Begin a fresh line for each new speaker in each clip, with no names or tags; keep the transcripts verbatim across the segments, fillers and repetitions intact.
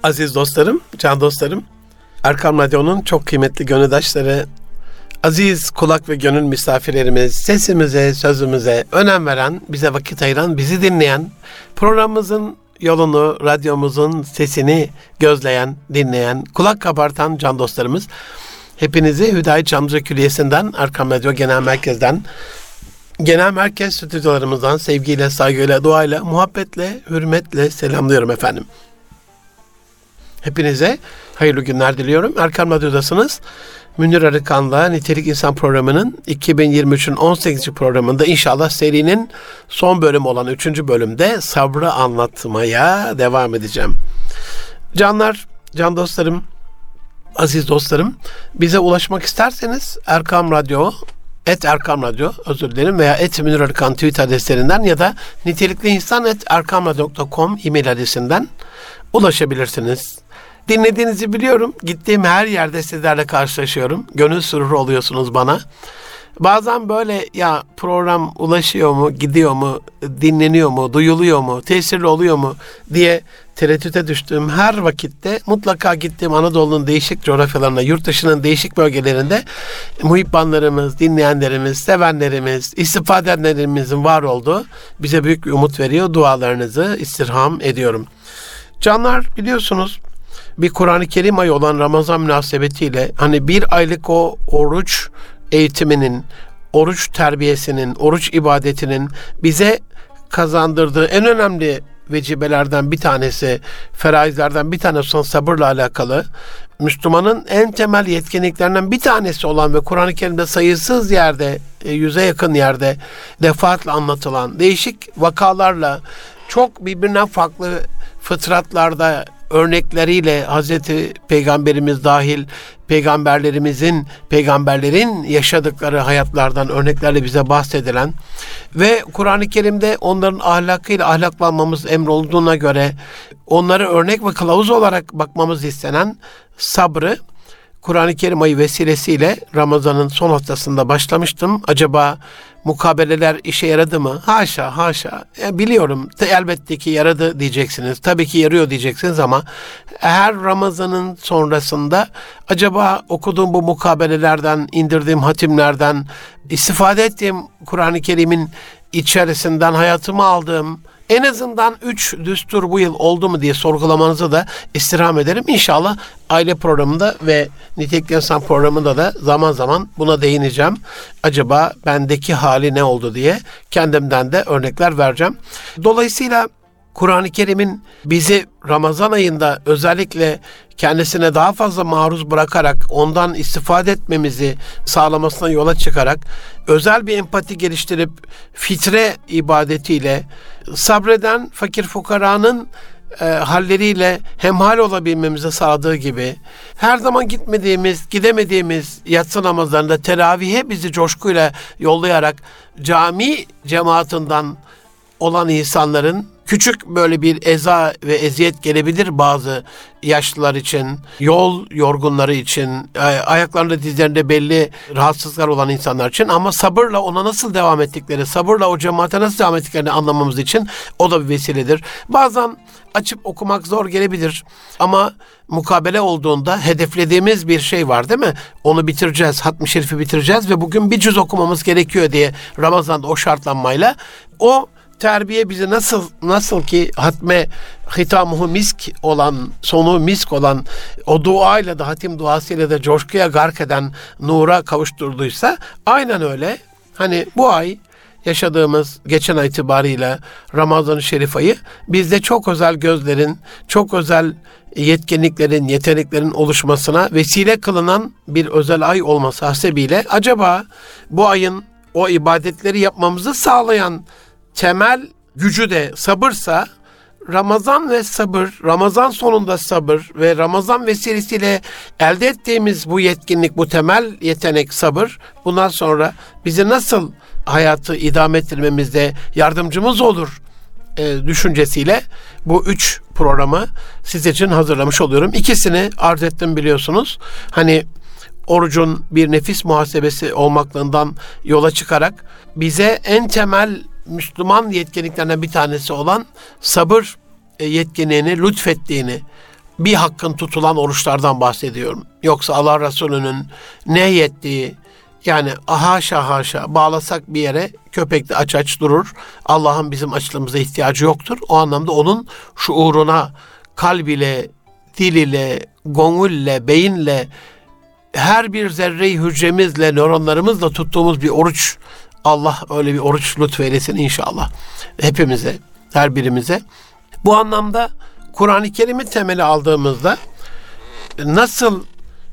Aziz dostlarım, can dostlarım, Erkam Radyo'nun çok kıymetli gönüldaşları, aziz kulak ve gönül misafirlerimiz, sesimize, sözümüze önem veren, bize vakit ayıran, bizi dinleyen, programımızın yolunu, radyomuzun sesini gözleyen, dinleyen, kulak kabartan can dostlarımız, hepinizi Hüdayi Çamlıca Külliyesi'nden, Erkam Radyo Genel Merkez'den, Genel Merkez stüdyolarımızdan sevgiyle, saygıyla, duayla, muhabbetle, hürmetle selamlıyorum efendim. Hepinize hayırlı günler diliyorum. Erkam Radyo'dasınız. Münir Arıkan'la Nitelik İnsan programının iki bin yirmi üçün on sekizinci programında inşallah serinin son bölümü olan üçüncü bölümde sabrı anlatmaya devam edeceğim. Canlar, can dostlarım, aziz dostlarım, bize ulaşmak isterseniz Erkam Radyo, et Erkam Radyo, özür dilerim, veya et Münir Arıkan Twitter adreslerinden ya da nitelikli insan et erkamradyo nokta com e-mail adresinden ulaşabilirsiniz. Dinlediğinizi biliyorum. Gittiğim her yerde sizlerle karşılaşıyorum. Gönül süruru oluyorsunuz bana. Bazen böyle ya program ulaşıyor mu, gidiyor mu, dinleniyor mu, duyuluyor mu, tesirli oluyor mu diye tereddüte düştüğüm her vakitte mutlaka gittiğim Anadolu'nun değişik coğrafyalarına, yurt dışının değişik bölgelerinde muhibbanlarımız, dinleyenlerimiz, sevenlerimiz, istifade edenlerimizin var olduğu bize büyük bir umut veriyor. Dualarınızı istirham ediyorum. Canlar, biliyorsunuz bir Kur'an-ı Kerim ayı olan Ramazan münasebetiyle hani bir aylık o oruç eğitiminin, oruç terbiyesinin, oruç ibadetinin bize kazandırdığı en önemli vecibelerden bir tanesi, feraizlerden bir tanesi olan sabırla alakalı, Müslümanın en temel yetkinliklerinden bir tanesi olan ve Kur'an-ı Kerim'de sayısız yerde, yüze yakın yerde defaatle anlatılan, değişik vakalarla, çok birbirinden farklı fıtratlarda örnekleriyle Hazreti Peygamberimiz dahil peygamberlerimizin, peygamberlerin yaşadıkları hayatlardan örneklerle bize bahsedilen ve Kur'an-ı Kerim'de onların ahlakıyla ahlaklanmamız emrolunduğuna göre onları örnek ve kılavuz olarak bakmamız istenen sabrı Kur'an-ı Kerim ayı vesilesiyle Ramazan'ın son haftasında başlamıştım. Acaba mukabeleler işe yaradı mı? Haşa, haşa. E, biliyorum, elbette ki yaradı diyeceksiniz. Tabii ki yarıyor diyeceksiniz ama her Ramazan'ın sonrasında acaba okuduğum bu mukabelelerden, indirdiğim hatimlerden, istifade ettiğim Kur'an-ı Kerim'in içerisinden hayatıma aldığım en azından üç düstur bu yıl oldu mu diye sorgulamanızı da istirham ederim. İnşallah aile programında ve Nitelikli İnsan programında da zaman zaman buna değineceğim. Acaba bendeki hali ne oldu diye kendimden de örnekler vereceğim. Dolayısıyla Kur'an-ı Kerim'in bizi Ramazan ayında özellikle kendisine daha fazla maruz bırakarak ondan istifade etmemizi sağlamasına yola çıkarak özel bir empati geliştirip fitre ibadetiyle sabreden fakir fukaranın e, halleriyle hemhal olabilmemize sağladığı gibi her zaman gitmediğimiz, gidemediğimiz yatsı namazlarında teravihe bizi coşkuyla yollayarak cami cemaatinden olan insanların küçük böyle bir eza ve eziyet gelebilir bazı yaşlılar için, yol yorgunları için, ayaklarında dizlerinde belli rahatsızlıklar olan insanlar için ama sabırla ona nasıl devam ettikleri, sabırla o cemaate nasıl devam ettiklerini anlamamız için o da bir vesiledir. Bazen açıp okumak zor gelebilir ama mukabele olduğunda hedeflediğimiz bir şey var değil mi? Onu bitireceğiz, Hatmi Şerif'i bitireceğiz ve bugün bir cüz okumamız gerekiyor diye Ramazan'da o şartlanmayla o terbiye bizi nasıl nasıl ki hatme hitamuhu misk olan, sonu misk olan o duayla da hatim duasıyla da coşkuya gark eden nura kavuşturduysa aynen öyle. Hani bu ay yaşadığımız geçen ay itibariyle Ramazan-ı Şerif ayı bizde çok özel gözlerin, çok özel yetkinliklerin, yeteneklerin oluşmasına vesile kılınan bir özel ay olması hasebiyle acaba bu ayın o ibadetleri yapmamızı sağlayan temel gücü de sabırsa Ramazan ve sabır, Ramazan sonunda sabır ve Ramazan vesilesiyle elde ettiğimiz bu yetkinlik, bu temel yetenek sabır bundan sonra bizi nasıl hayatı idame ettirmemizde yardımcımız olur e, düşüncesiyle bu üç programı siz için hazırlamış oluyorum. İkisini arz ettim biliyorsunuz. Hani orucun bir nefis muhasebesi olmaklığından yola çıkarak bize en temel Müslüman yetkinliklerinden bir tanesi olan sabır yetkinliğini lütfettiğini, bir hakkın tutulan oruçlardan bahsediyorum. Yoksa Allah Resulü'nün nehyettiği, yani haşa haşa bağlasak bir yere köpek de aç aç durur. Allah'ın bizim açlığımıza ihtiyacı yoktur. O anlamda onun şuuruna, kalb ile, dil ile, gönülle, beyinle, her bir zerre-i hücremizle, nöronlarımızla tuttuğumuz bir oruç. Allah öyle bir oruç lütfeylesin inşallah. Hepimize, her birimize. Bu anlamda Kur'an-ı Kerim'i temeli aldığımızda nasıl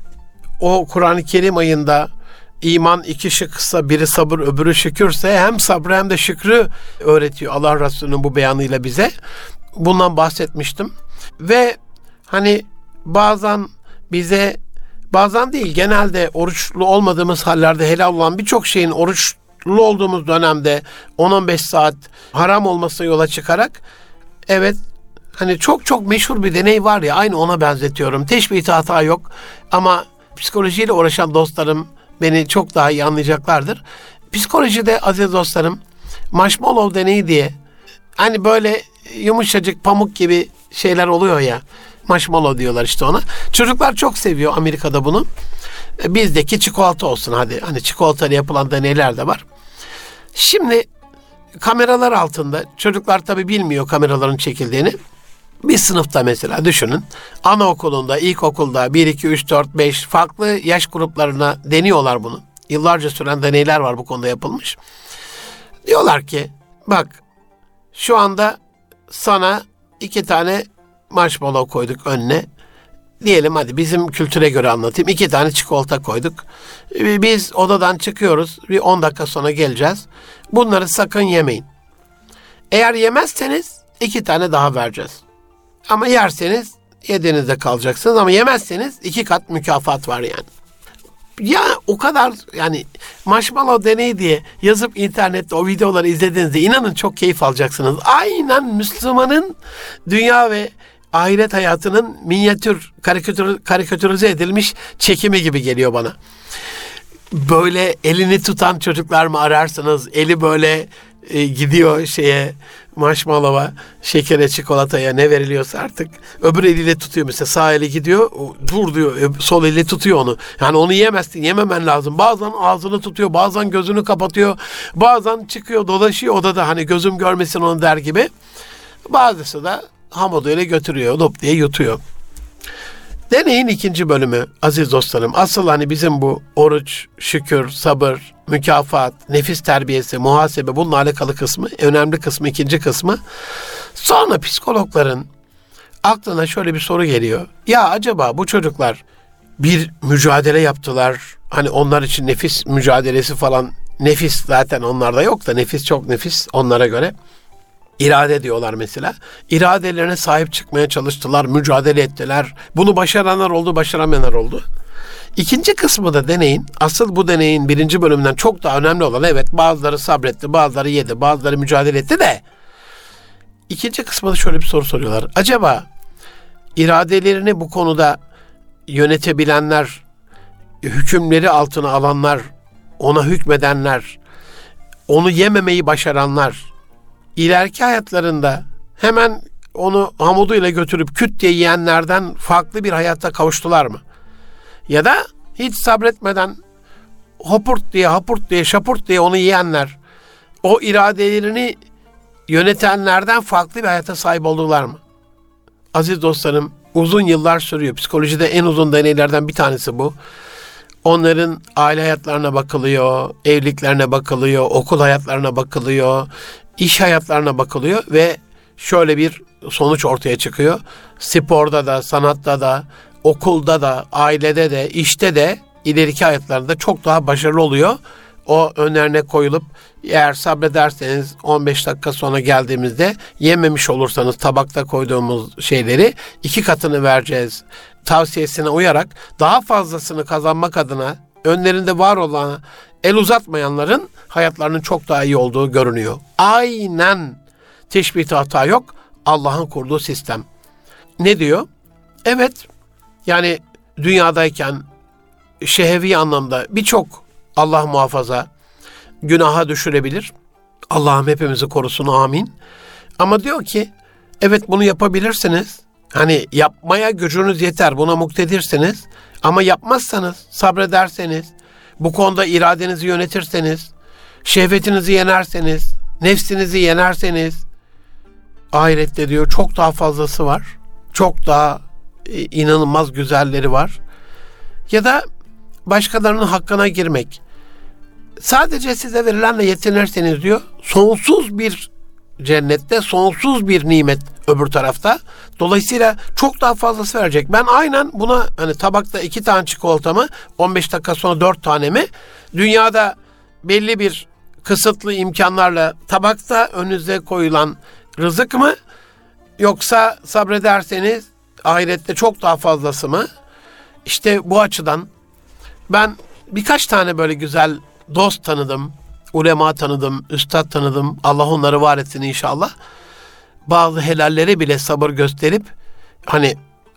o Kur'an-ı Kerim ayında iman iki şıksa biri sabır öbürü şükürse hem sabrı hem de şükrü öğretiyor Allah Resulü'nün bu beyanıyla bize. Bundan bahsetmiştim. Ve hani bazen bize, bazen değil genelde oruçlu olmadığımız hallerde helal olan birçok şeyin oruçlu olduğumuz dönemde on on beş saat haram olmasına yola çıkarak, evet, hani çok çok meşhur bir deney var ya, aynı ona benzetiyorum. Teşbihte hata yok ama psikolojiyle uğraşan dostlarım beni çok daha iyi anlayacaklardır. Psikolojide aziz dostlarım, marshmallow deneyi diye, hani böyle yumuşacık pamuk gibi şeyler oluyor ya, marshmallow diyorlar işte ona. Çocuklar çok seviyor Amerika'da bunu. Bizdeki çikolata olsun hadi. Hani çikolatayla yapılan deneyler de var. Şimdi kameralar altında, çocuklar tabii bilmiyor kameraların çekildiğini. Bir sınıfta mesela düşünün. Anaokulunda, ilkokulda bir, iki, üç, dört, beş farklı yaş gruplarına deniyorlar bunu. Yıllarca süren deneyler var bu konuda yapılmış. Diyorlar ki bak, şu anda sana iki tane marshmallow koyduk önüne. Diyelim hadi bizim kültüre göre anlatayım. İki tane çikolata koyduk. Biz odadan çıkıyoruz. Bir on dakika sonra geleceğiz. Bunları sakın yemeyin. Eğer yemezseniz iki tane daha vereceğiz. Ama yerseniz yediğinizde kalacaksınız. Ama yemezseniz iki kat mükafat var yani. Ya o kadar, yani marshmallow deneyi diye yazıp internette o videoları izlediğinizde inanın çok keyif alacaksınız. Aynen Müslümanın dünya ve ahiret hayatının minyatür, karikatür, karikatürize edilmiş çekimi gibi geliyor bana. Böyle elini tutan çocuklar mı ararsınız? Eli böyle e, gidiyor şeye, marshmallow'a, şekere, çikolataya, ne veriliyorsa artık. Öbür eliyle tutuyor mesela, sağ eli gidiyor, dur diyor, sol eli tutuyor onu. Yani onu yiyemezsin, yememen lazım. Bazen ağzını tutuyor, bazen gözünü kapatıyor, bazen çıkıyor, dolaşıyor odada, hani gözüm görmesin onu der gibi. Bazısı da hamuduyla götürüyor, lop diye yutuyor. Deneyin ikinci bölümü aziz dostlarım. Asıl hani bizim bu oruç, şükür, sabır, mükafat, nefis terbiyesi, muhasebe, bununla alakalı kısmı, önemli kısmı, ikinci kısmı. Sonra psikologların aklına şöyle bir soru geliyor. Ya acaba bu çocuklar bir mücadele yaptılar. Hani onlar için nefis mücadelesi falan, nefis zaten onlarda yok da nefis çok nefis onlara göre. İrade diyorlar mesela. İradelerine sahip çıkmaya çalıştılar, mücadele ettiler. Bunu başaranlar oldu, başaramayanlar oldu. İkinci kısmı da deneyin. Asıl bu deneyin birinci bölümünden çok daha önemli olan, evet bazıları sabretti, bazıları yedi, bazıları mücadele etti de ikinci kısmında şöyle bir soru soruyorlar. Acaba iradelerini bu konuda yönetebilenler, hükümleri altına alanlar, ona hükmedenler, onu yememeyi başaranlar, İleriki hayatlarında hemen onu hamuduyla götürüp küt diye yiyenlerden farklı bir hayata kavuştular mı? Ya da hiç sabretmeden hopurt diye, hapurt diye, şapurt diye onu yiyenler, o iradelerini yönetenlerden farklı bir hayata sahip oldular mı? Aziz dostlarım, uzun yıllar sürüyor. Psikolojide en uzun deneylerden bir tanesi bu. Onların aile hayatlarına bakılıyor, evliliklerine bakılıyor, okul hayatlarına bakılıyor, iş hayatlarına bakılıyor ve şöyle bir sonuç ortaya çıkıyor. Sporda da, sanatta da, okulda da, ailede de, işte de ileriki hayatlarında çok daha başarılı oluyor. O önlerine koyulup eğer sabrederseniz on beş dakika sonra geldiğimizde yememiş olursanız tabakta koyduğumuz şeyleri iki katını vereceğiz tavsiyesine uyarak daha fazlasını kazanmak adına önlerinde var olan el uzatmayanların hayatlarının çok daha iyi olduğu görünüyor. Aynen teşbihte hata yok. Allah'ın kurduğu sistem. Ne diyor? Evet, yani dünyadayken şehevi anlamda birçok, Allah muhafaza, günaha düşürebilir. Allah'ım hepimizi korusun, amin. Ama diyor ki evet bunu yapabilirsiniz Hani yapmaya gücünüz yeter, buna muktedirsiniz. Ama yapmazsanız, sabrederseniz, bu konuda iradenizi yönetirseniz, şehvetinizi yenerseniz, nefsinizi yenerseniz, ahirette diyor çok daha fazlası var. Çok daha e, inanılmaz güzelleri var. Ya da başkalarının hakkına girmek. Sadece size verilenle yetinirseniz diyor, sonsuz bir cennette, sonsuz bir nimet öbür tarafta. Dolayısıyla çok daha fazlası verecek. Ben aynen buna, hani tabakta iki tane çikolatamı, on beş dakika sonra dört tane mi, dünyada belli bir kısıtlı imkanlarla tabakta önünüze koyulan rızık mı, yoksa sabrederseniz ahirette çok daha fazlası mı? İşte bu açıdan ben birkaç tane böyle güzel dost tanıdım, ulema tanıdım, üstad tanıdım. Allah onları var etsin inşallah. Bazı helalleri bile sabır gösterip, hani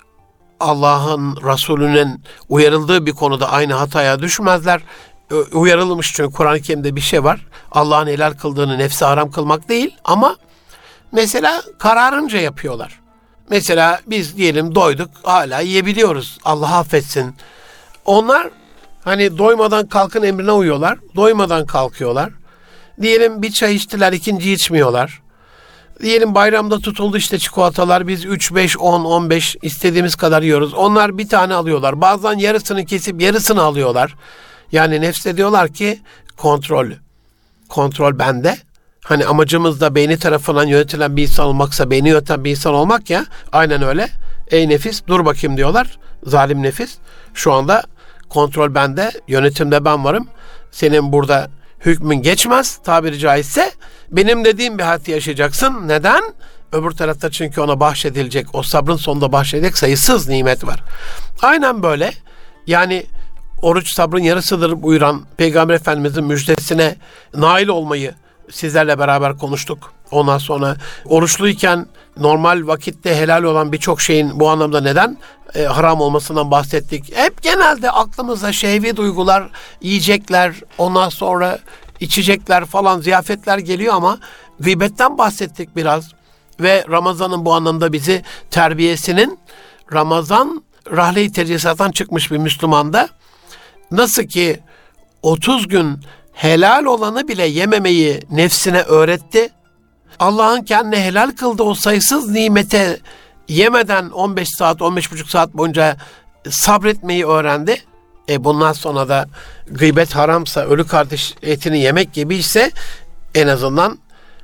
Allah'ın Resulü'nün uyarıldığı bir konuda aynı hataya düşmezler. Uyarılmış, çünkü Kur'an-ı Kerim'de bir şey var. Allah'ın helal kıldığını nefse haram kılmak değil, ama mesela kararınca yapıyorlar. Mesela biz diyelim doyduk, hala yiyebiliyoruz. Allah affetsin. Onlar hani doymadan kalkın emrine uyuyorlar. Doymadan kalkıyorlar. Diyelim bir çay içtiler, ikinci içmiyorlar. Diyelim bayramda tutuldu işte çikolatalar. Biz üç, beş, on, on beş istediğimiz kadar yiyoruz. Onlar bir tane alıyorlar. Bazen yarısını kesip yarısını alıyorlar. Yani nefse diyorlar ki kontrol. Kontrol bende. Hani amacımız da beyni tarafından yönetilen bir insan olmaksa, beyni yöneten bir insan olmak ya. Aynen öyle. Ey nefis dur bakayım diyorlar. Zalim nefis. Şu anda kontrol bende, yönetimde ben varım. Senin burada hükmün geçmez tabiri caizse. Benim dediğim bir hayatı yaşayacaksın. Neden? Öbür tarafta çünkü ona bahşedilecek, o sabrın sonunda bahşedilecek sayısız nimet var. Aynen böyle. Yani oruç sabrın yarısıdır buyuran Peygamber Efendimizin müjdesine nail olmayı sizlerle beraber konuştuk. Ondan sonra oruçluyken normal vakitte helal olan birçok şeyin bu anlamda neden e, haram olmasından bahsettik. Hep genelde aklımıza şehvi duygular, yiyecekler, ondan sonra içecekler falan, ziyafetler geliyor, ama gıybetten bahsettik biraz. Ve Ramazan'ın bu anlamda bizi terbiyesinin, Ramazan rahle-i tecessattan çıkmış bir Müslümanda nasıl ki otuz gün helal olanı bile yememeyi nefsine öğretti. Allah'ın kendine helal kıldığı o sayısız nimete yemeden on beş saat, on beş buçuk saat boyunca sabretmeyi öğrendi. E bundan sonra da gıybet haramsa, ölü kardeş etini yemek gibi ise en azından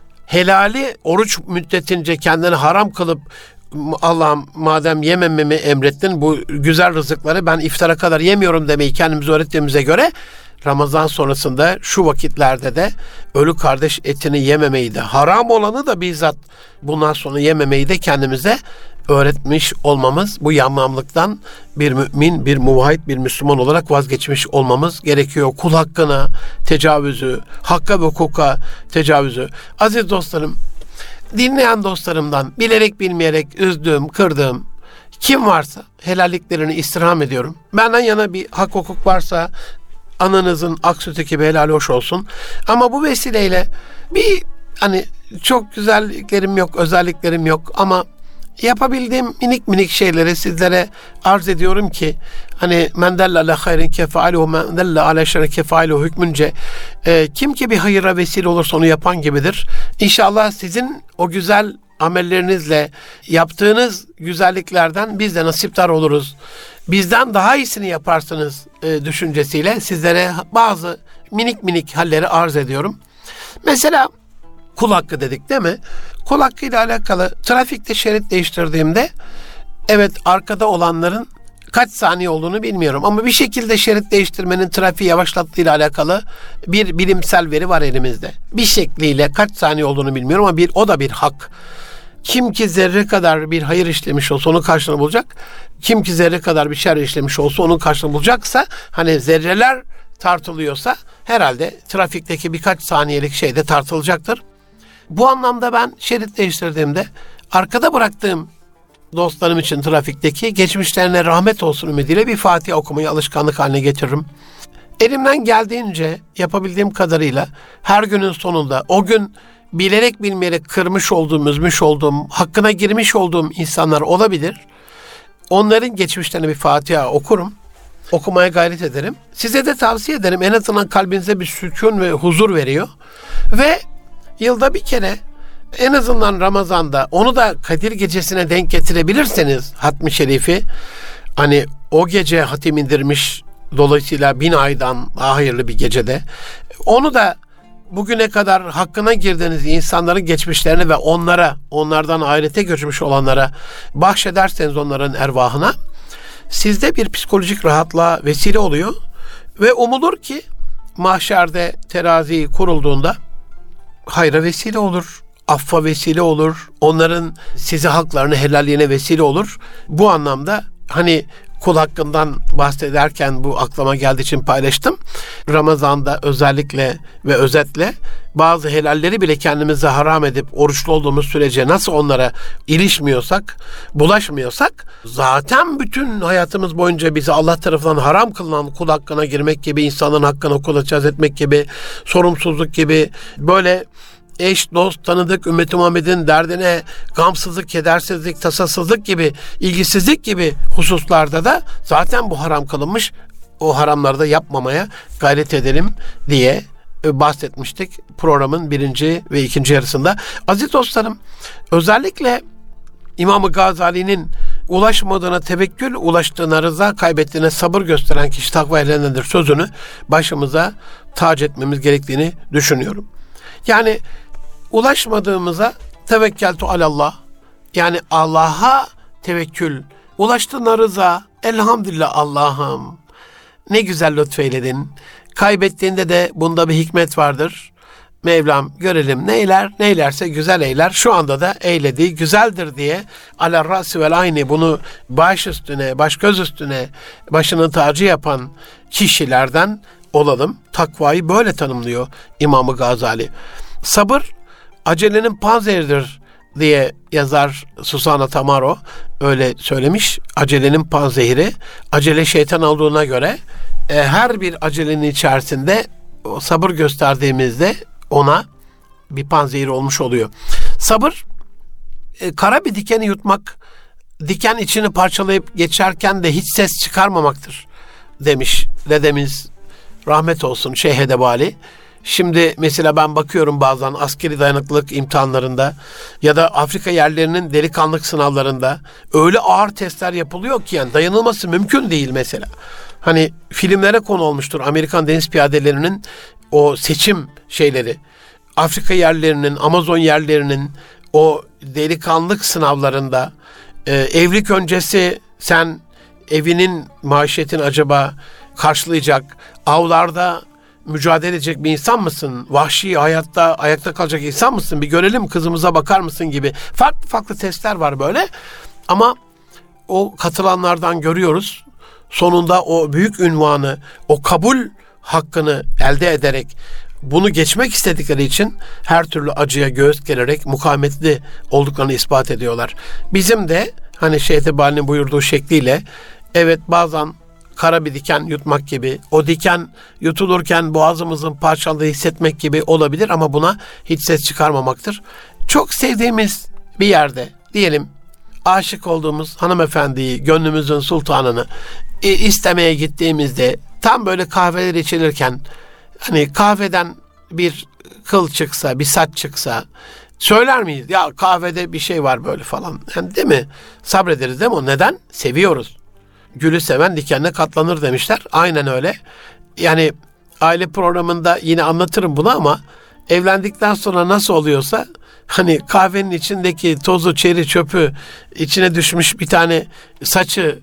helali oruç müddetince kendini haram kılıp, Allah'ım madem yemememi emrettin, bu güzel rızıkları ben iftara kadar yemiyorum demeyi kendimize öğrettiğimize göre, Ramazan sonrasında şu vakitlerde de ölü kardeş etini yememeyi de, haram olanı da bizzat bundan sonra yememeyi de kendimize öğretmiş olmamız, bu yanmamlıktan bir mümin, bir muvahhid, bir Müslüman olarak vazgeçmiş olmamız gerekiyor. Kul hakkına tecavüzü, hakka ve hukuka tecavüzü. Aziz dostlarım, dinleyen dostlarımdan bilerek bilmeyerek üzdüğüm, kırdığım kim varsa helalliklerini istirham ediyorum. Benden yana bir hak hukuk varsa ananızın ak sütü gibi helal hoş olsun. Ama bu vesileyle bir, hani çok güzelliklerim yok, özelliklerim yok, ama yapabildiğim minik minik şeyleri sizlere arz ediyorum ki, hani men delle ala hayrin kefailuhu men delle ala şerrin kefailuhu hükmünce e, kim ki bir hayıra vesile olursa onu yapan gibidir. İnşallah sizin o güzel amellerinizle yaptığınız güzelliklerden biz de nasiptar oluruz. Bizden daha iyisini yaparsınız e, düşüncesiyle sizlere bazı minik minik halleri arz ediyorum. Mesela kul hakkı dedik değil mi? Kul hakkı ile alakalı trafikte şerit değiştirdiğimde, evet arkada olanların kaç saniye olduğunu bilmiyorum, ama bir şekilde şerit değiştirmenin trafiği yavaşlattığı ile alakalı bir bilimsel veri var elimizde. Bir şekliyle kaç saniye olduğunu bilmiyorum, ama bir o da bir hak. Kim ki zerre kadar bir hayır işlemiş olsa onun karşılığını bulacak. Kim ki zerre kadar bir şer işlemiş olsa onun karşılığını bulacaksa, hani zerreler tartılıyorsa herhalde trafikteki birkaç saniyelik şey de tartılacaktır. Bu anlamda ben şerit değiştirdiğimde arkada bıraktığım dostlarım için trafikteki geçmişlerine rahmet olsun ümidiyle bir Fatiha okumayı alışkanlık haline getiririm. Elimden geldiğince yapabildiğim kadarıyla her günün sonunda, o gün bilerek bilmeyerek kırmış olduğum, üzmüş olduğum, hakkına girmiş olduğum insanlar olabilir. Onların geçmişlerine bir Fatiha okurum. Okumaya gayret ederim. Size de tavsiye ederim. En azından kalbinize bir sükun ve huzur veriyor. Ve yılda bir kere en azından Ramazan'da onu da Kadir Gecesi'ne denk getirebilirseniz Hatmi Şerif'i, hani o gece hatim indirmiş, dolayısıyla bin aydan daha hayırlı bir gecede, onu da bugüne kadar hakkına girdiğiniz insanların geçmişlerini ve onlara, onlardan ahirete göçmüş olanlara bahşederseniz onların ervahına, sizde bir psikolojik rahatlığa vesile oluyor ve umulur ki mahşerde terazi kurulduğunda hayra vesile olur, affa vesile olur, onların size haklarını helalliğine vesile olur. Bu anlamda hani kul hakkından bahsederken bu aklıma geldiği için paylaştım. Ramazan'da özellikle ve özetle bazı helalleri bile kendimize haram edip oruçlu olduğumuz sürece nasıl onlara ilişmiyorsak, bulaşmıyorsak, zaten bütün hayatımız boyunca bize Allah tarafından haram kılınan kul hakkına girmek gibi, insanın hakkına kulaçaz etmek gibi, sorumsuzluk gibi, böyle eş, dost, tanıdık, Ümmet-i Muhammed'in derdine gamsızlık, kedersizlik, tasasızlık gibi, ilgisizlik gibi hususlarda da zaten bu haram kılınmış. O haramları da yapmamaya gayret edelim diye bahsetmiştik programın birinci ve ikinci yarısında. Aziz dostlarım, özellikle İmam-ı Gazali'nin ulaşmadığına tevekkül, ulaştığına rıza, kaybettiğine sabır gösteren kişi takva ehlindendir sözünü başımıza tac etmemiz gerektiğini düşünüyorum. Yani ulaşmadığımıza tevekkeltu alallah, yani Allah'a tevekkül, ulaştığına rıza, elhamdülillah Allah'ım ne güzel lütfeyledin, kaybettiğinde de bunda bir hikmet vardır. Mevlam görelim neyler, neylerse güzel eyler, şu anda da eylediği güzeldir diye ala rasi vel ayni, bunu baş üstüne, baş göz üstüne başının tacı yapan kişilerden olalım. Takvayı böyle tanımlıyor İmam-ı Gazali. Sabır acelenin panzehridir diye yazar Susana Tamaro, öyle söylemiş. Acelenin panzehri, acele şeytan olduğuna göre e, her bir acelenin içerisinde o sabır gösterdiğimizde ona bir panzehir olmuş oluyor. Sabır e, kara bir dikeni yutmak, diken içini parçalayıp geçerken de hiç ses çıkarmamaktır demiş dedemiz, rahmet olsun Şeyh Edebali. Şimdi mesela ben bakıyorum bazen askeri dayanıklılık imtihanlarında ya da Afrika yerlerinin delikanlılık sınavlarında öyle ağır testler yapılıyor ki yani dayanılması mümkün değil mesela. Hani filmlere konu olmuştur Amerikan deniz piyadelerinin o seçim şeyleri. Afrika yerlerinin, Amazon yerlerinin o delikanlılık sınavlarında e, evlilik öncesi sen evinin maişetini acaba karşılayacak, avlarda mücadele edecek bir insan mısın? Vahşi hayatta ayakta kalacak insan mısın? Bir görelim, kızımıza bakar mısın gibi. Farklı farklı testler var böyle. Ama o katılanlardan görüyoruz. Sonunda o büyük ünvanı, o kabul hakkını elde ederek bunu geçmek istedikleri için her türlü acıya göğüs gererek mukavemetli olduklarını ispat ediyorlar. Bizim de hani Şeyh Edebali'nin buyurduğu şekliyle evet bazen kara bir diken yutmak gibi, o diken yutulurken boğazımızın parçalandığı hissetmek gibi olabilir ama buna hiç ses çıkarmamaktır. Çok sevdiğimiz bir yerde, diyelim aşık olduğumuz hanımefendiyi, gönlümüzün sultanını e, istemeye gittiğimizde tam böyle kahveler içilirken hani kahveden bir kıl çıksa, bir saç çıksa söyler miyiz? Ya kahvede bir şey var böyle falan. Yani değil mi? Sabrederiz değil mi? Neden? Seviyoruz. Gülü seven dikenine katlanır demişler. Aynen öyle. Yani aile programında yine anlatırım bunu ama evlendikten sonra nasıl oluyorsa hani kahvenin içindeki tozu, çeri, çöpü, içine düşmüş bir tane saçı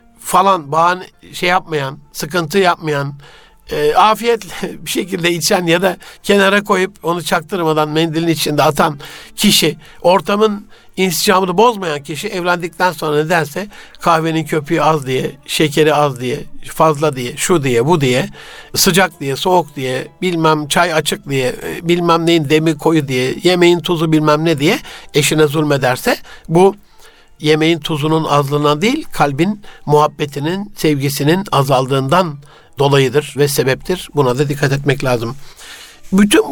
falan bahane şey yapmayan, sıkıntı yapmayan, e, afiyetle bir şekilde içen ya da kenara koyup onu çaktırmadan mendilin içinde atan kişi, ortamın insicamını bozmayan kişi evlendikten sonra nedense kahvenin köpüğü az diye, şekeri az diye, fazla diye, şu diye, bu diye, sıcak diye, soğuk diye, bilmem çay açık diye, bilmem neyin demi koyu diye, yemeğin tuzu bilmem ne diye eşine zulmederse bu yemeğin tuzunun azlığından değil, kalbin muhabbetinin, sevgisinin azaldığından dolayıdır ve sebeptir. Buna da dikkat etmek lazım. Bütün bu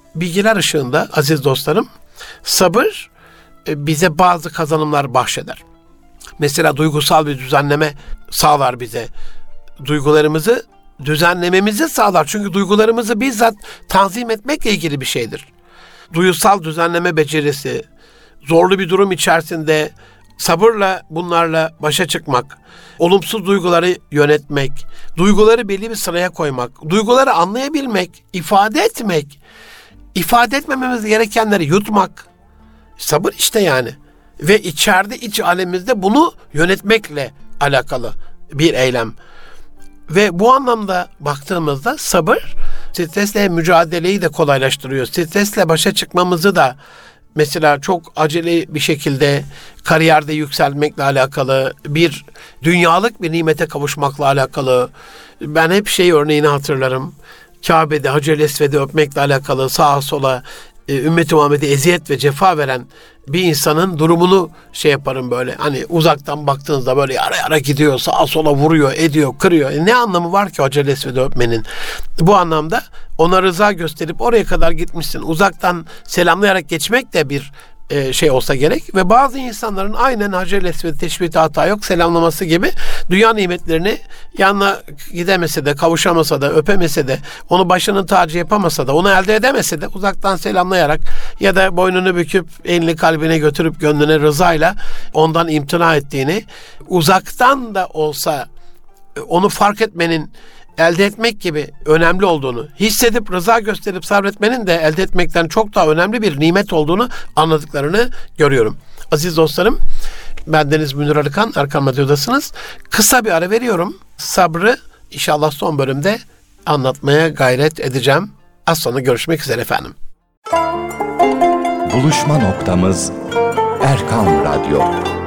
bilgiler ışığında aziz dostlarım, sabır bize bazı kazanımlar bahşeder. Mesela duygusal bir düzenleme sağlar bize. Duygularımızı düzenlememizi sağlar. Çünkü duygularımızı bizzat tanzim etmekle ilgili bir şeydir. Duygusal düzenleme becerisi, zorlu bir durum içerisinde sabırla bunlarla başa çıkmak, olumsuz duyguları yönetmek, duyguları belli bir sıraya koymak, duyguları anlayabilmek, ifade etmek, ifade etmememiz gerekenleri yutmak, sabır işte yani. Ve içeride, iç alemimizde bunu yönetmekle alakalı bir eylem. Ve bu anlamda baktığımızda sabır, stresle mücadeleyi de kolaylaştırıyor. Stresle başa çıkmamızı da, mesela çok acele bir şekilde kariyerde yükselmekle alakalı, bir dünyalık bir nimete kavuşmakla alakalı. Ben hep şey örneğini hatırlarım. Kabe'de Hacer-i Esved'i öpmekle alakalı sağa sola Ümmet-i Muhammed'e eziyet ve cefa veren bir insanın durumunu şey yaparım böyle. Hani uzaktan baktığınızda böyle yara yara gidiyor, sağa sola vuruyor, ediyor, kırıyor. E ne anlamı var ki Hacer-i Esved'i öpmenin? Bu anlamda ona rıza gösterip oraya kadar gitmişsin. Uzaktan selamlayarak geçmek de bir e, şey olsa gerek. Ve bazı insanların aynen Hacer-i Esved'i teşbihte hata yok, selamlaması gibi dünya nimetlerini yanına gidemese de, kavuşamasa da, öpemese de, onu başının tacı yapamasa da, onu elde edemese de uzaktan selamlayarak ya da boynunu büküp elini kalbine götürüp gönlüne rızayla ondan imtina ettiğini, uzaktan da olsa onu fark etmenin, elde etmek gibi önemli olduğunu, hissedip rıza gösterip sabretmenin de elde etmekten çok daha önemli bir nimet olduğunu anladıklarını görüyorum. Aziz dostlarım, bendeniz Münir Arıkan, Erkam Radyo'dasınız. Kısa bir ara veriyorum. Sabrı inşallah son bölümde anlatmaya gayret edeceğim. Az sonra görüşmek üzere efendim.
Buluşma noktamız Erkam Radyo.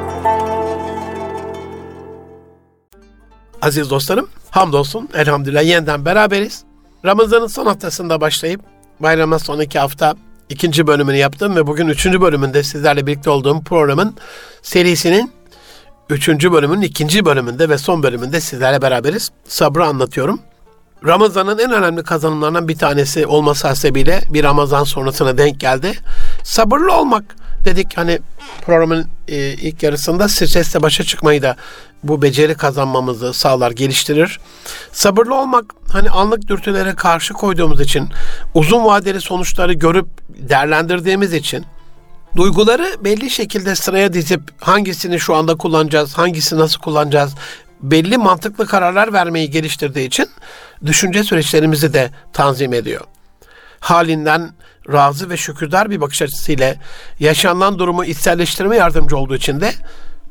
Aziz dostlarım, hamdolsun elhamdülillah yeniden beraberiz. Ramazan'ın son haftasında başlayıp bayramdan sonraki hafta ikinci bölümünü yaptım ve bugün üçüncü bölümünde sizlerle birlikte olduğum programın serisinin üçüncü bölümünün ikinci bölümünde ve son bölümünde sizlerle beraberiz. Sabrı anlatıyorum. Ramazan'ın en önemli kazanımlarından bir tanesi olması hasebiyle bir Ramazan sonrasına denk geldi. Sabırlı olmak dedik, hani programın e, ilk yarısında stresle başa çıkmayı da bu beceri kazanmamızı sağlar, geliştirir. Sabırlı olmak, hani anlık dürtülere karşı koyduğumuz için, uzun vadeli sonuçları görüp değerlendirdiğimiz için, duyguları belli şekilde sıraya dizip hangisini şu anda kullanacağız, hangisi nasıl kullanacağız, belli mantıklı kararlar vermeyi geliştirdiği için düşünce süreçlerimizi de tanzim ediyor. Halinden razı ve şükürdar bir bakış açısıyla yaşanılan durumu içselleştirme yardımcı olduğu için de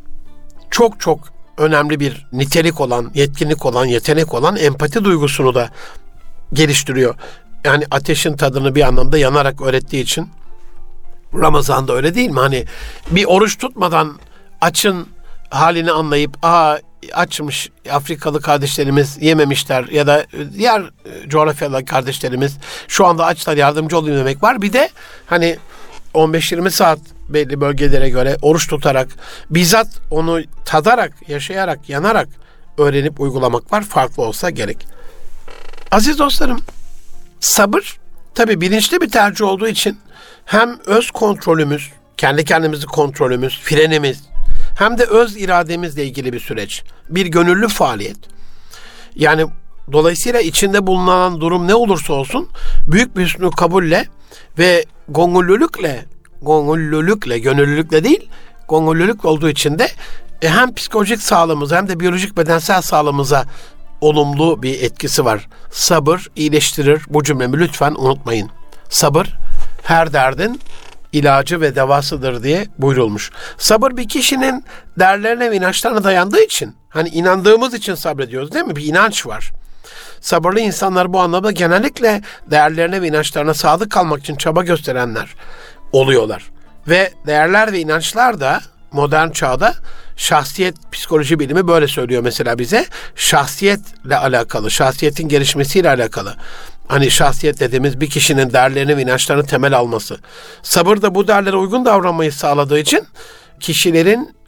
çok çok önemli bir nitelik olan, yetkinlik olan, yetenek olan empati duygusunu da geliştiriyor. Yani ateşin tadını bir anlamda yanarak öğrettiği için, Ramazan'da öyle değil mi? Hani bir oruç tutmadan açın halini anlayıp, aa açmış Afrikalı kardeşlerimiz yememişler ya da diğer coğrafyalı kardeşlerimiz şu anda açlar, yardımcı olayım demek var. Bir de hani on beş yirmi saat belli bölgelere göre oruç tutarak, bizzat onu tadarak, yaşayarak, yanarak öğrenip uygulamak var. Farklı olsa gerek. Aziz dostlarım, sabır tabii bilinçli bir tercih olduğu için hem öz kontrolümüz, kendi kendimizi kontrolümüz, frenimiz, hem de öz irademizle ilgili bir süreç. Bir gönüllü faaliyet. Yani dolayısıyla içinde bulunan durum ne olursa olsun büyük bir hüsnü kabulle ve gönüllülükle, gönüllülükle, gönüllülükle değil, gönüllülük olduğu için de hem psikolojik sağlığımıza hem de biyolojik bedensel sağlığımıza olumlu bir etkisi var. Sabır iyileştirir. Bu cümlemi lütfen unutmayın. Sabır her derdin ilacı ve devasıdır diye buyurulmuş. Sabır bir kişinin değerlerine ve inançlarına dayandığı için, hani inandığımız için sabrediyoruz değil mi? Bir inanç var. Sabırlı insanlar bu anlamda genellikle değerlerine ve inançlarına sadık kalmak için çaba gösterenler oluyorlar. Ve değerler ve inançlar da modern çağda şahsiyet psikoloji bilimi böyle söylüyor mesela bize. Şahsiyetle alakalı, şahsiyetin gelişmesiyle alakalı. Hani şahsiyet dediğimiz bir kişinin değerlerini ve inançlarını temel alması. Sabır da bu değerlere uygun davranmayı sağladığı için kişilerin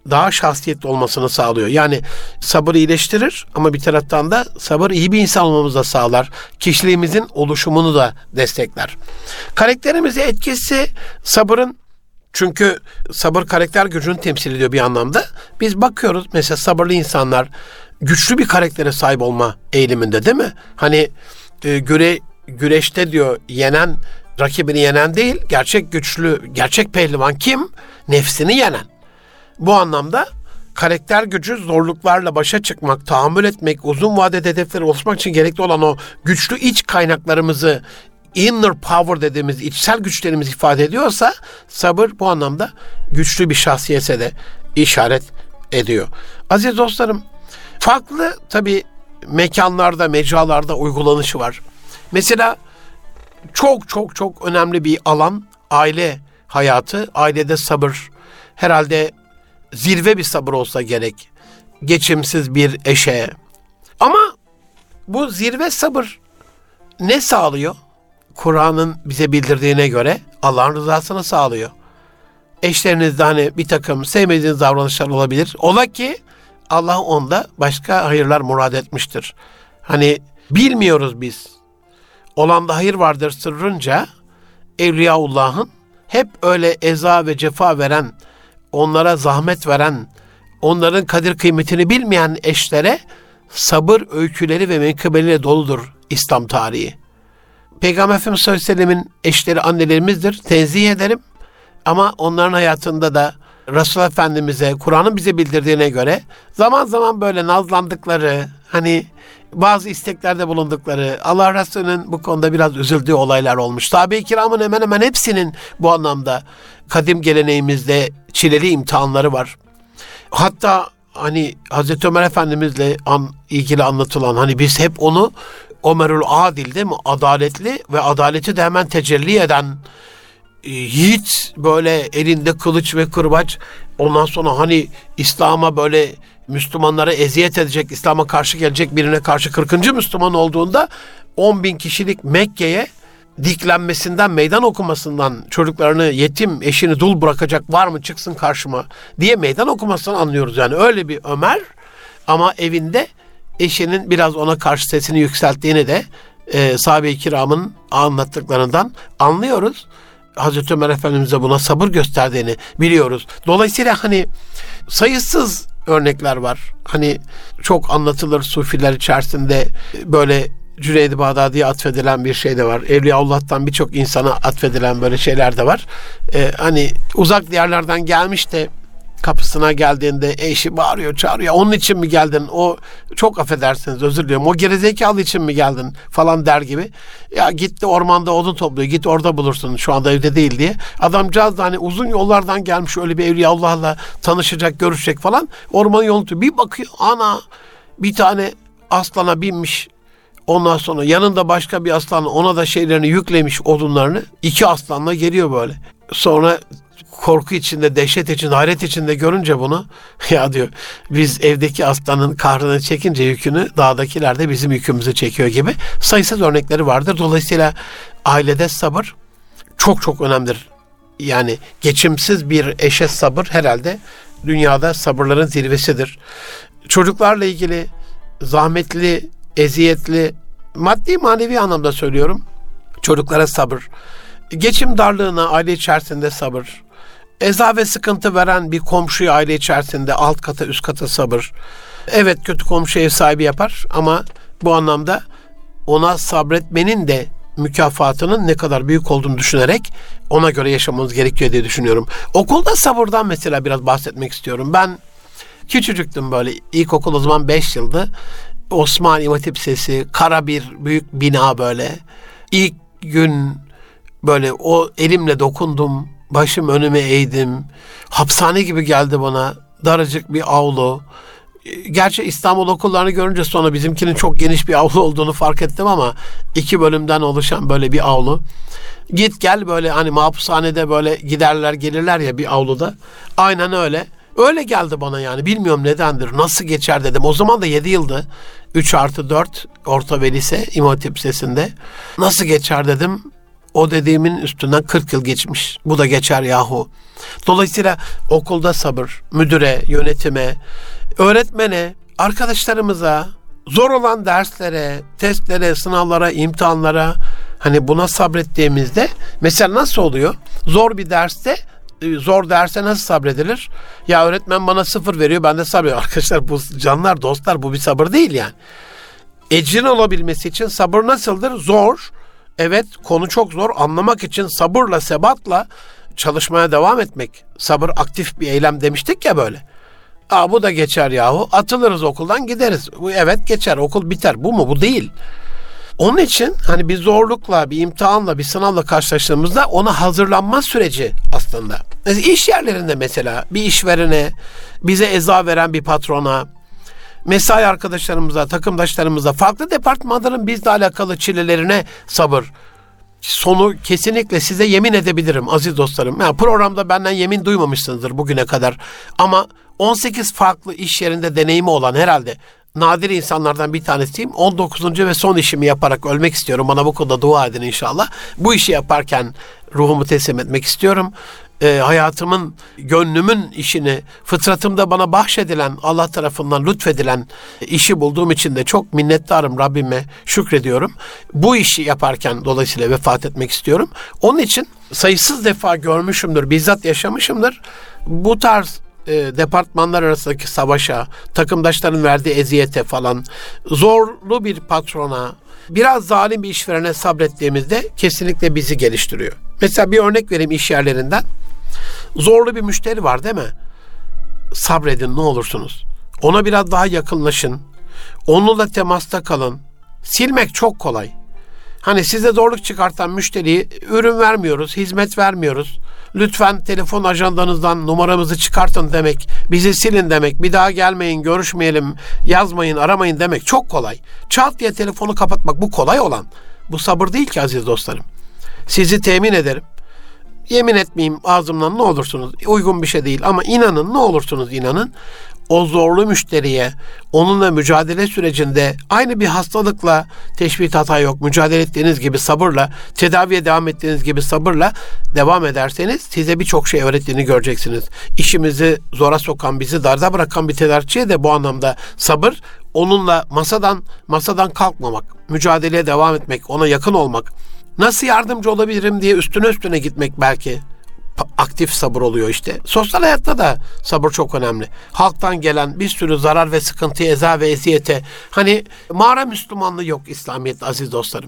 daha şahsiyetli olmasını sağlıyor. Yani sabır iyileştirir ama bir taraftan da sabır iyi bir insan olmamızı da sağlar. Kişiliğimizin oluşumunu da destekler. Karakterimize etkisi sabırın, çünkü sabır karakter gücünü temsil ediyor bir anlamda. Biz bakıyoruz mesela sabırlı insanlar güçlü bir karaktere sahip olma eğiliminde, değil mi? Hani e, güre, güreşte diyor yenen rakibini yenen değil, gerçek güçlü, gerçek pehlivan kim? Nefsini yenen. Bu anlamda karakter gücü zorluklarla başa çıkmak, tahammül etmek, uzun vadede hedeflere ulaşmak için gerekli olan o güçlü iç kaynaklarımızı, inner power dediğimiz içsel güçlerimizi ifade ediyorsa sabır bu anlamda güçlü bir şahsiyete de işaret ediyor. Aziz dostlarım, farklı tabii mekanlarda, mecralarda uygulanışı var. Mesela çok çok çok önemli bir alan aile hayatı. Ailede sabır herhalde zirve bir sabır olsa gerek. Geçimsiz bir eşe. Ama bu zirve sabır ne sağlıyor? Kur'an'ın bize bildirdiğine göre Allah'ın rızasını sağlıyor. Eşlerinizde hani bir takım sevmediğiniz davranışlar olabilir. Ola ki Allah onda başka hayırlar murad etmiştir. Hani bilmiyoruz biz. Olanda hayır vardır sırrınca Evliyaullah'ın hep öyle eza ve cefa veren, onlara zahmet veren, onların kadir kıymetini bilmeyen eşlere sabır öyküleri ve menkıbeleriyle doludur İslam tarihi. Peygamber Efendimiz sallallahu aleyhi ve sellemin eşleri annelerimizdir. Tenzih ederim. Ama onların hayatında da Resulullah Efendimiz'e, Kur'an'ın bize bildirdiğine göre zaman zaman böyle nazlandıkları, hani bazı isteklerde bulundukları, Allah Resulü'nün bu konuda biraz üzüldüğü olaylar olmuş. Tabi-i kiramın hemen hemen hepsinin bu anlamda kadim geleneğimizde çileli imtihanları var. Hatta hani Hazreti Ömer Efendimiz'le an, ilgili anlatılan, hani biz hep onu Ömerül Adil, değil mi? Adaletli ve adaleti de hemen tecelli eden yiğit, böyle elinde kılıç ve kırbaç, ondan sonra hani İslam'a böyle Müslümanlara eziyet edecek, İslam'a karşı gelecek birine karşı kırkıncı Müslüman olduğunda on bin kişilik Mekke'ye diklenmesinden, meydan okumasından, çocuklarını yetim, eşini dul bırakacak var mı çıksın karşıma diye meydan okumasından anlıyoruz. Yani öyle bir Ömer, ama evinde eşinin biraz ona karşı sesini yükselttiğini de e, sahabe-i kiramın anlattıklarından anlıyoruz. Hazreti Ömer Efendimiz'e buna sabır gösterdiğini biliyoruz. Dolayısıyla hani sayısız örnekler var. Hani çok anlatılır sufiler içerisinde, böyle Cüneyd-i Bağdadi'ye atfedilen bir şey de var. Evliyaullah'tan birçok insana atfedilen böyle şeyler de var. Ee, hani uzak diyarlardan gelmiş de kapısına geldiğinde eşi bağırıyor, çağırıyor. Onun için mi geldin? O çok affedersiniz, özür diliyorum. O gerizekalı için mi geldin? Falan der gibi. Ya gitti ormanda odun topluyor. Git orada bulursun. Şu anda evde değil diye. Adamcağız da hani uzun yollardan gelmiş, öyle bir Evliyaullah'la tanışacak, görüşecek falan. Ormanın yolunu tutuyor. Bir bakıyor, ana bir tane aslana binmiş. Ondan sonra yanında başka bir aslan, ona da şeylerini yüklemiş, odunlarını. İki aslanla geliyor böyle. Sonra korku içinde, dehşet içinde, hayret içinde görünce bunu, ya diyor, biz evdeki aslanın kahrını çekince yükünü, dağdakiler de bizim yükümüzü çekiyor gibi sayısız örnekleri vardır. Dolayısıyla ailede sabır çok çok önemlidir. Yani geçimsiz bir eşe sabır herhalde dünyada sabırların zirvesidir. Çocuklarla ilgili zahmetli, eziyetli, maddi manevi anlamda söylüyorum, çocuklara sabır. Geçim darlığına aile içerisinde sabır. Eza ve sıkıntı veren bir komşuya aile içerisinde alt kata üst kata sabır. Evet, kötü komşu ev sahibi yapar ama bu anlamda ona sabretmenin de mükafatının ne kadar büyük olduğunu düşünerek ona göre yaşamamız gerekiyor diye düşünüyorum. Okulda sabırdan mesela biraz bahsetmek istiyorum. Ben küçücüktüm böyle, ilkokul o zaman beş yıldı. Osmaniye İmam Hatip Lisesi, kara bir büyük bina böyle. İlk gün böyle o elimle dokundum. Başım önüme eğdim. Hapishane gibi geldi bana. Daracık bir avlu. Gerçi İstanbul okullarını görünce sonra bizimkinin çok geniş bir avlu olduğunu fark ettim ama iki bölümden oluşan böyle bir avlu. Git gel böyle, hani mahpushanede böyle giderler gelirler ya bir avluda. Aynen öyle. Öyle geldi bana yani. Bilmiyorum nedendir. Nasıl geçer dedim. O zaman da yedi yıldı. üç artı dört orta ve lise İmam Hatip Lisesi'nde. Nasıl geçer dedim. O dediğimin üstünden kırk yıl geçmiş. Bu da geçer yahu. Dolayısıyla okulda sabır, müdüre, yönetime, öğretmene, arkadaşlarımıza, zor olan derslere, testlere, sınavlara, imtihanlara, hani buna sabrettiğimizde mesela nasıl oluyor? Zor bir derste, zor derse nasıl sabredilir? Ya öğretmen bana sıfır veriyor, ben de sabrediyorum. Arkadaşlar bu canlar, dostlar, bu bir sabır değil yani. Ecrin olabilmesi için sabır nasıldır? Zor. Evet, konu çok zor. Anlamak için sabırla, sebatla çalışmaya devam etmek. Sabır aktif bir eylem demiştik ya böyle. Aa, bu da geçer yahu. Atılırız okuldan, gideriz. Bu evet geçer, okul biter. Bu mu? Bu değil. Onun için hani bir zorlukla, bir imtihanla, bir sınavla karşılaştığımızda ona hazırlanma süreci aslında. Mesela iş yerlerinde mesela bir işverene, bize eza veren bir patrona, mesai arkadaşlarımıza, takımdaşlarımıza, farklı departmanların bizle alakalı çilelerine sabır. Sonu kesinlikle size yemin edebilirim aziz dostlarım. Yani programda benden yemin duymamışsınızdır bugüne kadar. Ama on sekiz farklı iş yerinde deneyimi olan herhalde nadir insanlardan bir tanesiyim. on dokuzuncu ve son işimi yaparak ölmek istiyorum. Bana bu konuda dua edin inşallah. Bu işi yaparken ruhumu teslim etmek istiyorum. E, hayatımın, gönlümün işini, fıtratımda bana bahşedilen, Allah tarafından lütfedilen işi bulduğum için de çok minnettarım, Rabbime şükrediyorum. Bu işi yaparken dolayısıyla vefat etmek istiyorum. Onun için sayısız defa görmüşümdür, bizzat yaşamışımdır. Bu tarz e, departmanlar arasındaki savaşa, takımdaşların verdiği eziyete falan, zorlu bir patrona, biraz zalim bir işverene sabrettiğimizde kesinlikle bizi geliştiriyor. Mesela bir örnek vereyim iş yerlerinden. Zorlu bir müşteri var değil mi? Sabredin ne olursunuz. Ona biraz daha yakınlaşın. Onunla temasta kalın. Silmek çok kolay. Hani size zorluk çıkartan müşteriyi ürün vermiyoruz, hizmet vermiyoruz. Lütfen telefon ajandanızdan numaramızı çıkartın demek, bizi silin demek, bir daha gelmeyin, görüşmeyelim, yazmayın, aramayın demek çok kolay. Çat diye telefonu kapatmak bu kolay olan. Bu sabır değil ki aziz dostlarım. Sizi temin ederim. Yemin etmeyeyim ağzımdan ne olursunuz, uygun bir şey değil ama inanın ne olursunuz inanın. O zorlu müşteriye, onunla mücadele sürecinde aynı bir hastalıkla, teşbih hata yok, mücadele ettiğiniz gibi sabırla, tedaviye devam ettiğiniz gibi sabırla devam ederseniz size birçok şey öğrettiğini göreceksiniz. İşimizi zora sokan, bizi darda bırakan bir tedarikçiye de bu anlamda sabır, onunla masadan masadan kalkmamak, mücadeleye devam etmek, ona yakın olmak, nasıl yardımcı olabilirim diye üstüne üstüne gitmek belki aktif sabır oluyor işte. Sosyal hayatta da sabır çok önemli. Halktan gelen bir sürü zarar ve sıkıntı, eza ve eziyete. Hani mağara Müslümanlığı yok İslamiyet'te aziz dostlarım.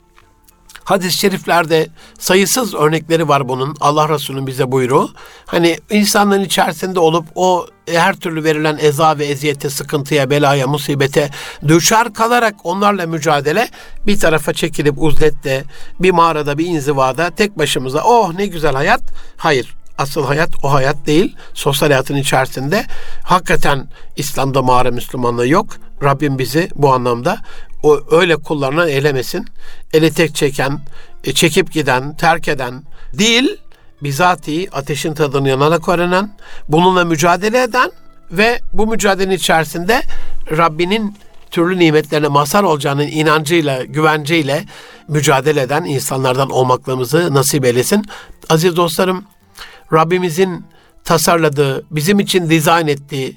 Hadis-i şeriflerde sayısız örnekleri var bunun. Allah Resulü'nün bize buyruğu. Hani insanların içerisinde olup o her türlü verilen eza ve eziyete, sıkıntıya, belaya, musibete düşer kalarak onlarla mücadele, bir tarafa çekilip uzlette, bir mağarada, bir inzivada tek başımıza oh ne güzel hayat. Hayır. Asıl hayat o hayat değil. Sosyal hayatın içerisinde hakikaten İslam'da mağara Müslümanlığı yok. Rabbim bizi bu anlamda o öyle kullarından eylemesin. Eli tek çeken, çekip giden, terk eden değil, bizatihi ateşin tadını yanarak öğrenen, bununla mücadele eden ve bu mücadelenin içerisinde Rabbinin türlü nimetlerine mazhar olacağının inancıyla, güvenciyle mücadele eden insanlardan olmaklığımızı nasip eylesin. Aziz dostlarım, Rabbimizin tasarladığı, bizim için dizayn ettiği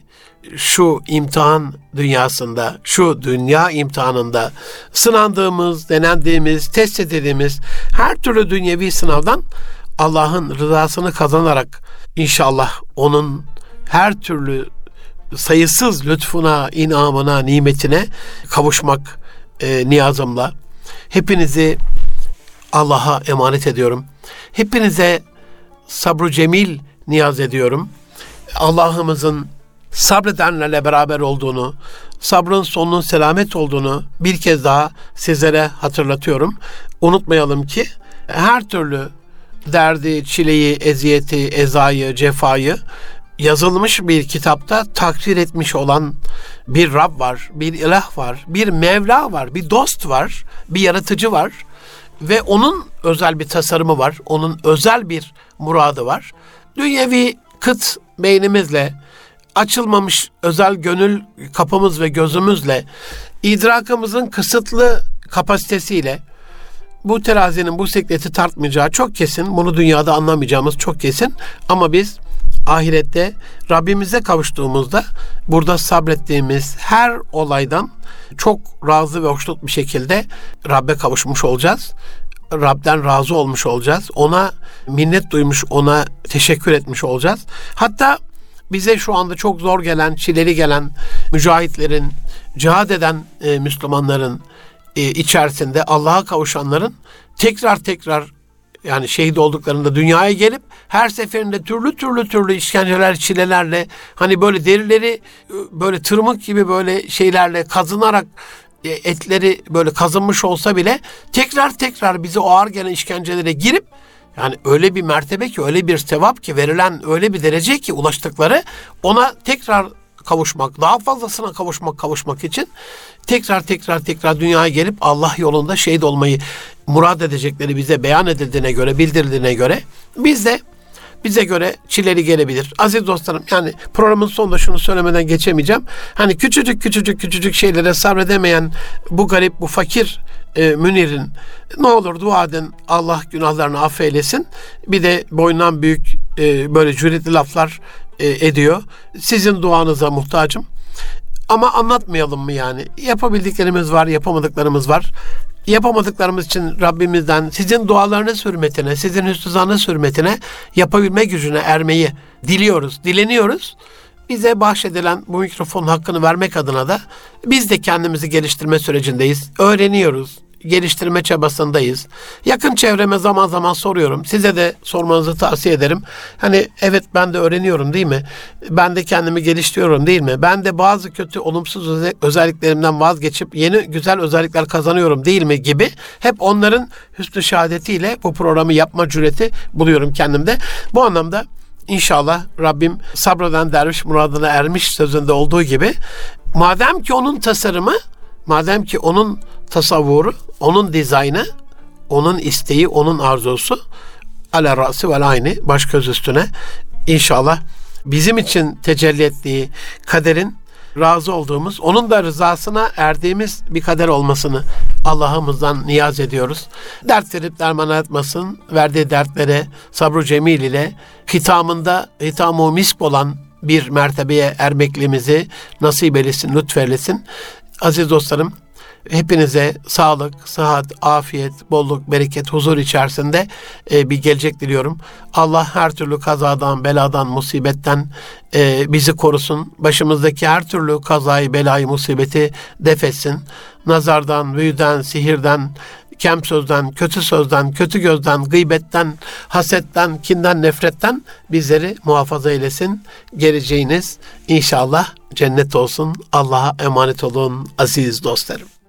şu imtihan dünyasında, şu dünya imtihanında sınandığımız, denendiğimiz, test edildiğimiz her türlü dünyevi sınavdan Allah'ın rızasını kazanarak inşallah onun her türlü sayısız lütfuna, inamına, nimetine kavuşmak e, niyazımla hepinizi Allah'a emanet ediyorum. Hepinize sabr-ı cemil niyaz ediyorum. Allah'ımızın sabredenlerle beraber olduğunu, sabrın sonunun selamet olduğunu bir kez daha sizlere hatırlatıyorum. Unutmayalım ki her türlü derdi, çileyi, eziyeti, ezayı, cefayı yazılmış bir kitapta takdir etmiş olan bir Rab var, bir ilah var, bir Mevla var, bir dost var, bir yaratıcı var ve onun özel bir tasarımı var, onun özel bir muradı var. Dünyevi kıt beynimizle, açılmamış özel gönül kapımız ve gözümüzle, idrakımızın kısıtlı kapasitesiyle bu terazinin bu sikleti tartmayacağı çok kesin. Bunu dünyada anlamayacağımız çok kesin. Ama biz ahirette Rabbimize kavuştuğumuzda burada sabrettiğimiz her olaydan çok razı ve hoşnut bir şekilde Rabbe kavuşmuş olacağız. Rab'den razı olmuş olacağız. Ona minnet duymuş, ona teşekkür etmiş olacağız. Hatta bize şu anda çok zor gelen, çileli gelen mücahitlerin, cihad eden e, Müslümanların e, içerisinde Allah'a kavuşanların tekrar tekrar yani şehit olduklarında dünyaya gelip her seferinde türlü türlü türlü işkenceler, çilelerle hani böyle derileri böyle tırmık gibi böyle şeylerle kazınarak etleri böyle kazınmış olsa bile tekrar tekrar bize o ağır gelen işkencelere girip yani öyle bir mertebe ki, öyle bir sevap ki, verilen öyle bir derece ki ulaştıkları, ona tekrar kavuşmak, daha fazlasına kavuşmak, kavuşmak için tekrar tekrar tekrar dünyaya gelip Allah yolunda şehit olmayı murad edecekleri bize beyan edildiğine göre, bildirildiğine göre biz de bize göre çileli gelebilir. Aziz dostlarım, yani programın sonunda şunu söylemeden geçemeyeceğim. Hani küçücük küçücük küçücük şeylere sabredemeyen bu garip, bu fakir e, Münir'in ne olur dua edin, Allah günahlarını affeylesin. Bir de boyundan büyük e, böyle cüretli laflar e, ediyor. Sizin duanıza muhtacım. Ama anlatmayalım mı yani? Yapabildiklerimiz var, yapamadıklarımız var. Yapamadıklarımız için Rabbimizden sizin dualarınız hürmetine, sizin hüsnü zannınız hürmetine yapabilme gücüne ermeyi diliyoruz, dileniyoruz. Bize bahşedilen bu mikrofonun hakkını vermek adına da biz de kendimizi geliştirme sürecindeyiz. Öğreniyoruz, geliştirme çabasındayız. Yakın çevreme zaman zaman soruyorum. Size de sormanızı tavsiye ederim. Hani evet, ben de öğreniyorum değil mi? Ben de kendimi geliştiriyorum değil mi? Ben de bazı kötü, olumsuz özelliklerimden vazgeçip yeni güzel özellikler kazanıyorum değil mi gibi. Hep onların hüsnü şehadetiyle bu programı yapma cüreti buluyorum kendimde. Bu anlamda İnşallah Rabbim sabreden derviş muradına ermiş sözünde olduğu gibi, madem ki onun tasarımı, madem ki onun tasavvuru, onun dizaynı, onun isteği, onun arzusu ala ra'si vel ayni, baş göz üstüne, İnşallah bizim için tecelli ettiği kaderin razı olduğumuz, onun da rızasına erdiğimiz bir kader olmasını Allah'ımızdan niyaz ediyoruz. Dert verip derman etmesin, verdiği dertlere sabr-ı cemil ile hitamında hitam-ı misk olan bir mertebeye ermekliğimizi nasip eylesin, lütfeylesin. Aziz dostlarım, hepinize sağlık, sıhhat, afiyet, bolluk, bereket, huzur içerisinde e, bir gelecek diliyorum. Allah her türlü kazadan, beladan, musibetten e, bizi korusun. Başımızdaki her türlü kazayı, belayı, musibeti def etsin. Nazardan, büyüden, sihirden, kem sözden, kötü sözden, kötü gözden, gıybetten, hasetten, kinden, nefretten bizleri muhafaza eylesin. Geleceğiniz inşallah cennet olsun. Allah'a emanet olun aziz dostlarım.